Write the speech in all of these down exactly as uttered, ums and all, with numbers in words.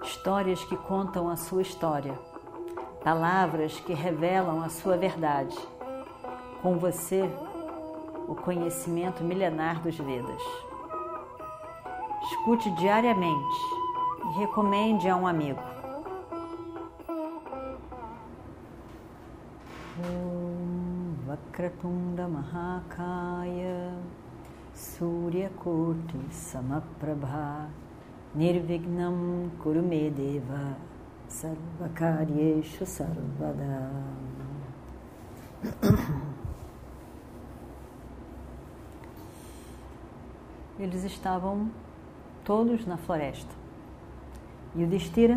histórias que contam a sua história, palavras que revelam a sua verdade. Com você, o conhecimento milenar dos Vedas. Escute diariamente e recomende a um amigo. Om Vakratunda Mahakaya Suryakoti Samaprabha Nirvignam Kurumedeva Sarvakaryeshu Sarvada. Eles estavam todos na floresta. Yudhishthira,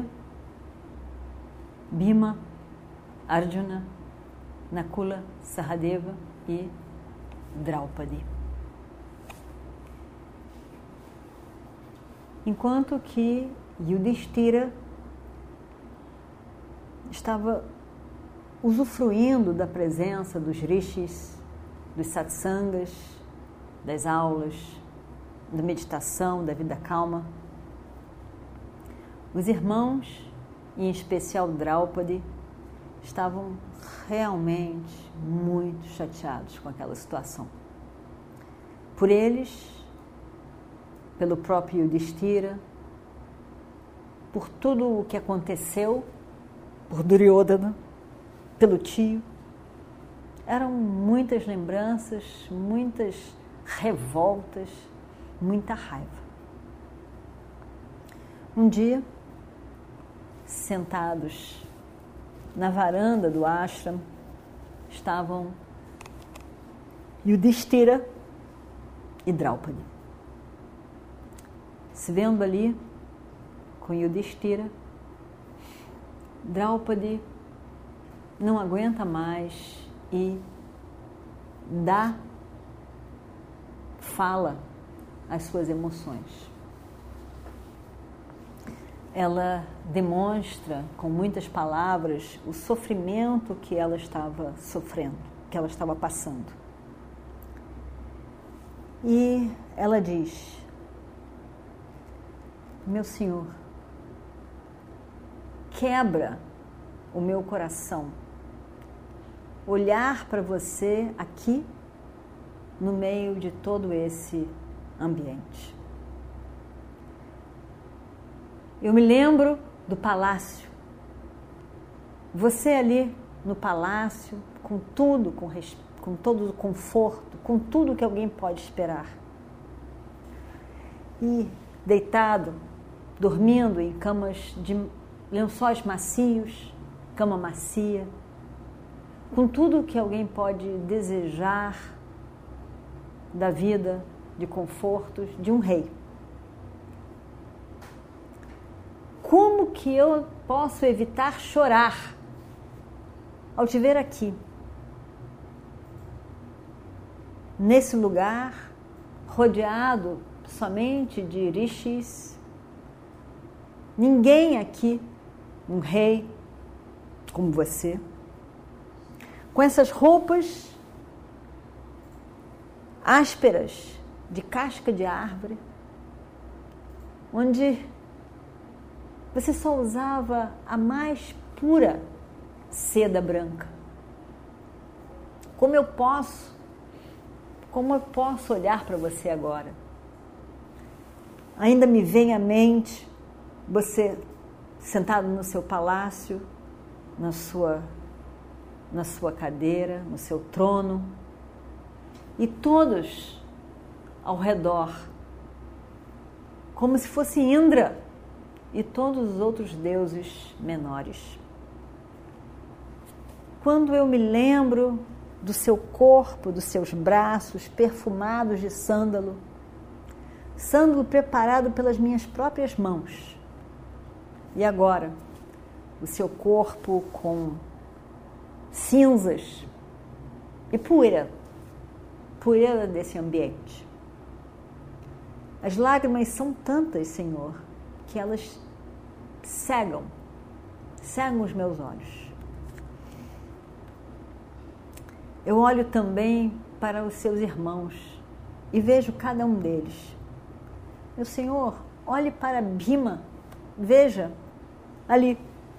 Bhima, Arjuna, Nakula, Sahadeva e Draupadi. Enquanto que Yudhishthira estava usufruindo da presença dos rishis, dos satsangas, das aulas, da meditação, da vida calma, os irmãos, em especial Draupadi, estavam realmente muito chateados com aquela situação. Por eles, pelo próprio Yudhishthira, por tudo o que aconteceu, por Duryodhana, pelo tio. Eram muitas lembranças, muitas revoltas, muita raiva. Um dia, sentados na varanda do ashram, estavam Yudhishthira e Draupadi. Se vendo ali com Yudhishthira, Draupadi não aguenta mais e dá, fala as suas emoções. Ela demonstra com muitas palavras o sofrimento que ela estava sofrendo, que ela estava passando. E ela diz: meu Senhor, quebra o meu coração olhar para você aqui no meio de todo esse ambiente. Eu me lembro do palácio, você ali no palácio, com tudo, com, res... com todo o conforto, com tudo que alguém pode esperar. E deitado, dormindo em camas de lençóis macios, cama macia, com tudo que alguém pode desejar da vida, de confortos de um rei. Como que eu posso evitar chorar ao te ver aqui, nesse lugar, rodeado somente de rishis? Ninguém aqui, um rei como você, com essas roupas ásperas de casca de árvore, onde você só usava a mais pura seda branca. Como eu posso, como eu posso olhar para você agora? Ainda me vem à mente você sentado no seu palácio, na sua, na sua cadeira, no seu trono, e todos ao redor, como se fosse Indra e todos os outros deuses menores. Quando eu me lembro do seu corpo, dos seus braços perfumados de sândalo, sândalo preparado pelas minhas próprias mãos, e agora o seu corpo com cinzas e poeira, poeira desse ambiente. As lágrimas são tantas, Senhor, que elas cegam, cegam os meus olhos. Eu olho também para os seus irmãos e vejo cada um deles. Meu Senhor, olhe para Bhima, veja ali,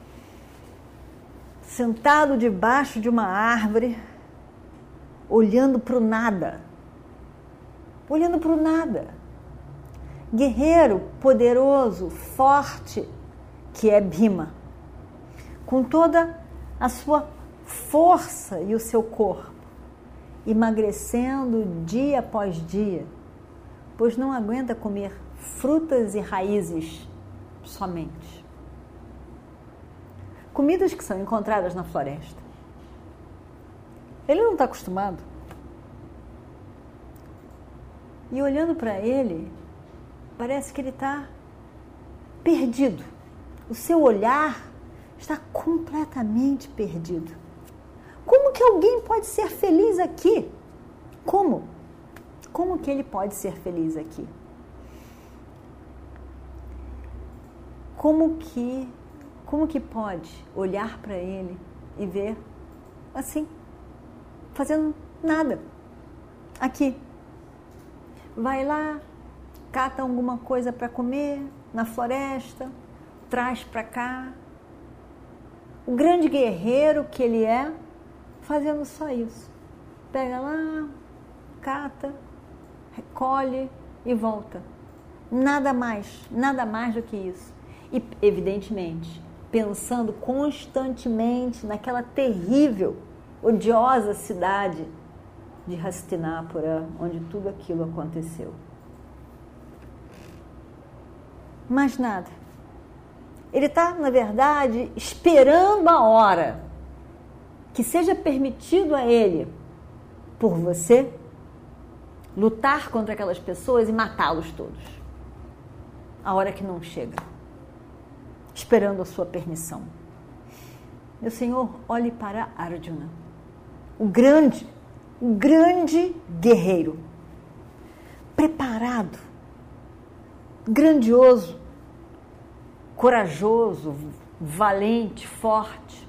sentado debaixo de uma árvore, olhando para o nada, olhando para o nada. Guerreiro, poderoso, forte, que é Bhima, com toda a sua força e o seu corpo, emagrecendo dia após dia, pois não aguenta comer frutas e raízes somente. Comidas que são encontradas na floresta. Ele não está acostumado. E olhando para ele, parece que ele está perdido. O seu olhar está completamente perdido. Como que alguém pode ser feliz aqui? Como? Como que ele pode ser feliz aqui? Como que, como que pode olhar para ele e ver assim, fazendo nada aqui? Vai lá, cata alguma coisa para comer na floresta, traz para cá. O grande guerreiro que ele é, fazendo só isso. Pega lá, cata, recolhe e volta. Nada mais, nada mais do que isso. E, evidentemente, pensando constantemente naquela terrível, odiosa cidade de Hastinapura, onde tudo aquilo aconteceu. Mais nada. Ele está, na verdade, esperando a hora que seja permitido a ele, por você, lutar contra aquelas pessoas e matá-los todos. A hora que não chega. Esperando a sua permissão. Meu Senhor, olhe para Arjuna, o grande, o grande guerreiro, preparado, grandioso, corajoso, valente, forte.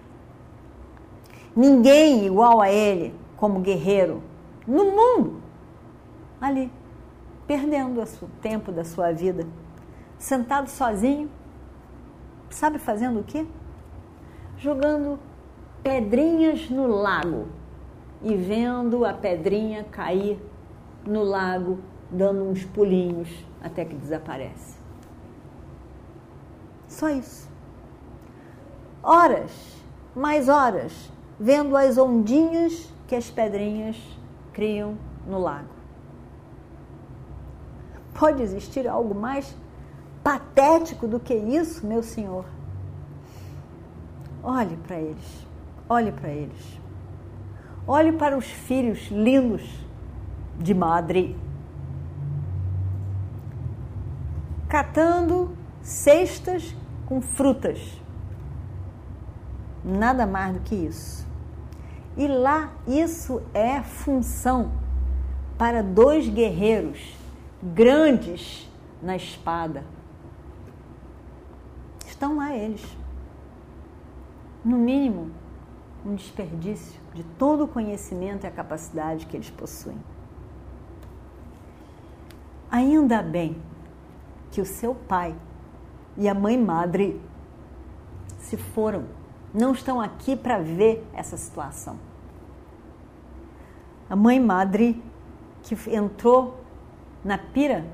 Ninguém igual a ele como guerreiro no mundo. Ali, perdendo o tempo da sua vida, sentado sozinho, sabe fazendo o quê? Jogando pedrinhas no lago e vendo a pedrinha cair no lago, dando uns pulinhos até que desaparece. Só isso. Horas, mais horas, vendo as ondinhas que as pedrinhas criam no lago. Pode existir algo mais patético do que isso, meu Senhor? Olhe para eles, olhe para eles. Olhe para os filhos lindos de Madri, catando cestas com frutas. Nada mais do que isso. E lá, isso é função para dois guerreiros grandes na espada. Estão lá eles. No mínimo, um desperdício de todo o conhecimento e a capacidade que eles possuem. Ainda bem que o seu pai e a mãe madre se foram, não estão aqui para ver essa situação. A mãe madre que entrou na pira,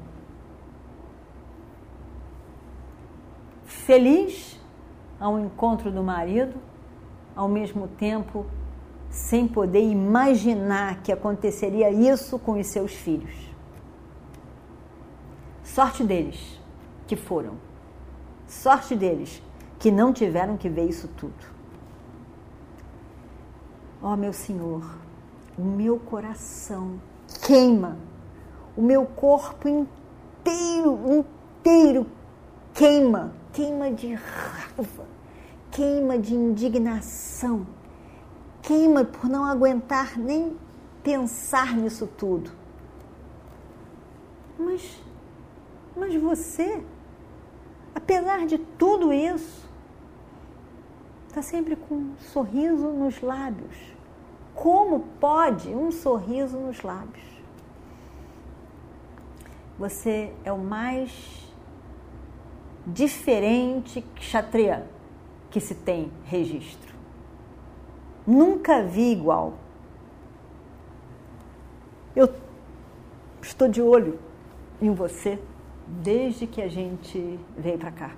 feliz ao encontro do marido, ao mesmo tempo sem poder imaginar que aconteceria isso com os seus filhos. Sorte deles que foram. Sorte deles que não tiveram que ver isso tudo. Ó, meu Senhor, o meu coração queima, o meu corpo inteiro, inteiro queima, queima de raiva, queima de indignação, queima por não aguentar nem pensar nisso tudo. Mas, mas você, apesar de tudo isso, está sempre com um sorriso nos lábios. Como pode um sorriso nos lábios? Você é o mais diferente kshatriya que se tem registro. Nunca vi igual. Eu estou de olho em você desde que a gente veio para cá.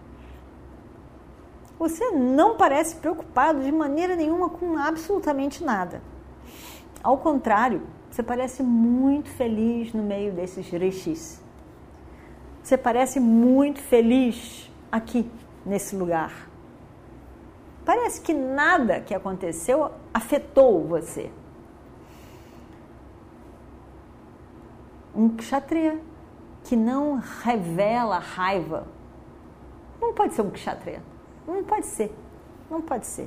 Você não parece preocupado de maneira nenhuma com absolutamente nada. Ao contrário, você parece muito feliz no meio desses rishis. Você parece muito feliz aqui, nesse lugar. Parece que nada que aconteceu afetou você. Um kshatriya que não revela raiva não pode ser um kshatriya. Não pode ser. Não pode ser.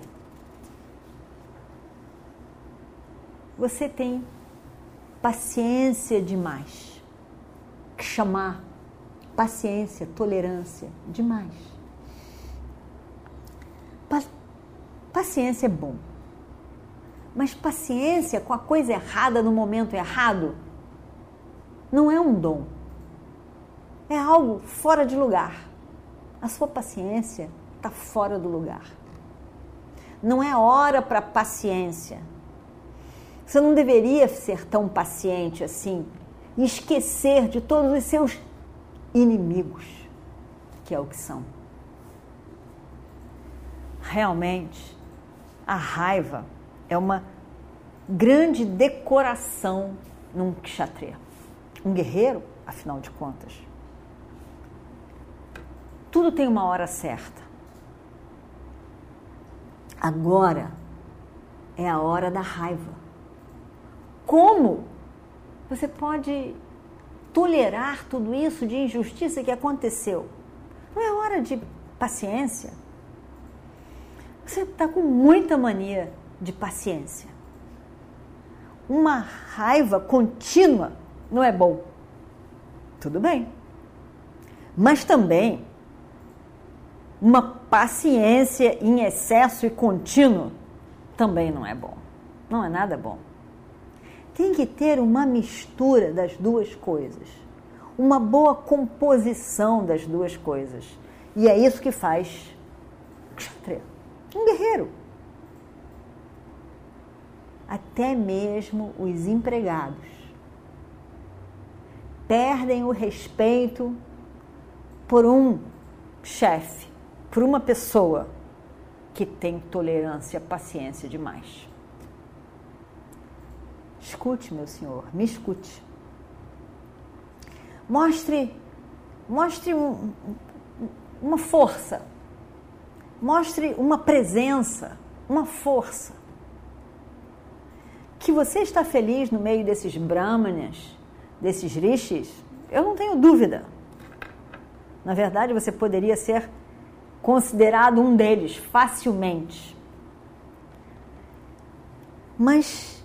Você tem paciência demais. Kshama, paciência, tolerância demais. Pa- paciência é bom. Mas paciência com a coisa errada no momento errado não é um dom. É algo fora de lugar. A sua paciência está fora do lugar. Não é hora para paciência. Você não deveria ser tão paciente assim e esquecer de todos os seus inimigos, que é o que são. Realmente, a raiva é uma grande decoração num kshatriya. Um guerreiro, afinal de contas. Tudo tem uma hora certa. Agora é a hora da raiva. Como você pode tolerar tudo isso de injustiça que aconteceu? Não é hora de paciência? Você está com muita mania de paciência. Uma raiva contínua não é bom. Tudo bem. Mas também uma paciência em excesso e contínuo também não é bom. Não é nada bom. Tem que ter uma mistura das duas coisas. Uma boa composição das duas coisas. E é isso que faz kshatriya. Um guerreiro. Até mesmo os empregados perdem o respeito por um chefe, por uma pessoa que tem tolerância, paciência demais. Escute, meu senhor, me escute. Mostre, mostre um, uma força, mostre uma presença, uma força. Que você está feliz no meio desses brahmanas, desses rishis, eu não tenho dúvida. Na verdade, você poderia ser considerado um deles facilmente. Mas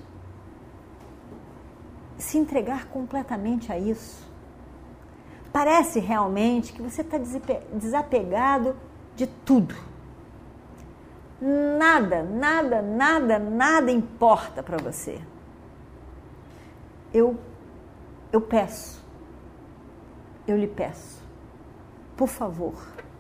se entregar completamente a isso, parece realmente que você está desapegado de tudo. Nada, nada, nada, nada importa para você. Eu, eu peço, eu lhe peço, por favor,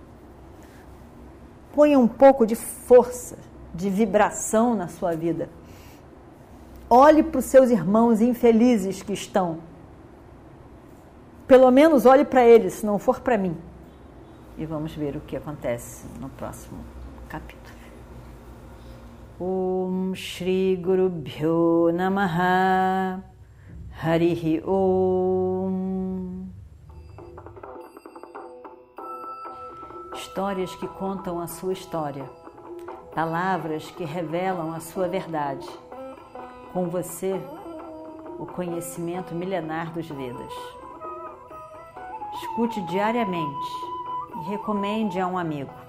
ponha um pouco de força, de vibração na sua vida. Olhe para os seus irmãos infelizes que estão. Pelo menos olhe para eles, se não for para mim. E vamos ver o que acontece no próximo capítulo. Om Shri Guru Bhyo Namaha Harihi Om. Histórias que contam a sua história. Palavras que revelam a sua verdade. Com você, o conhecimento milenar dos Vedas. Escute diariamente e recomende a um amigo.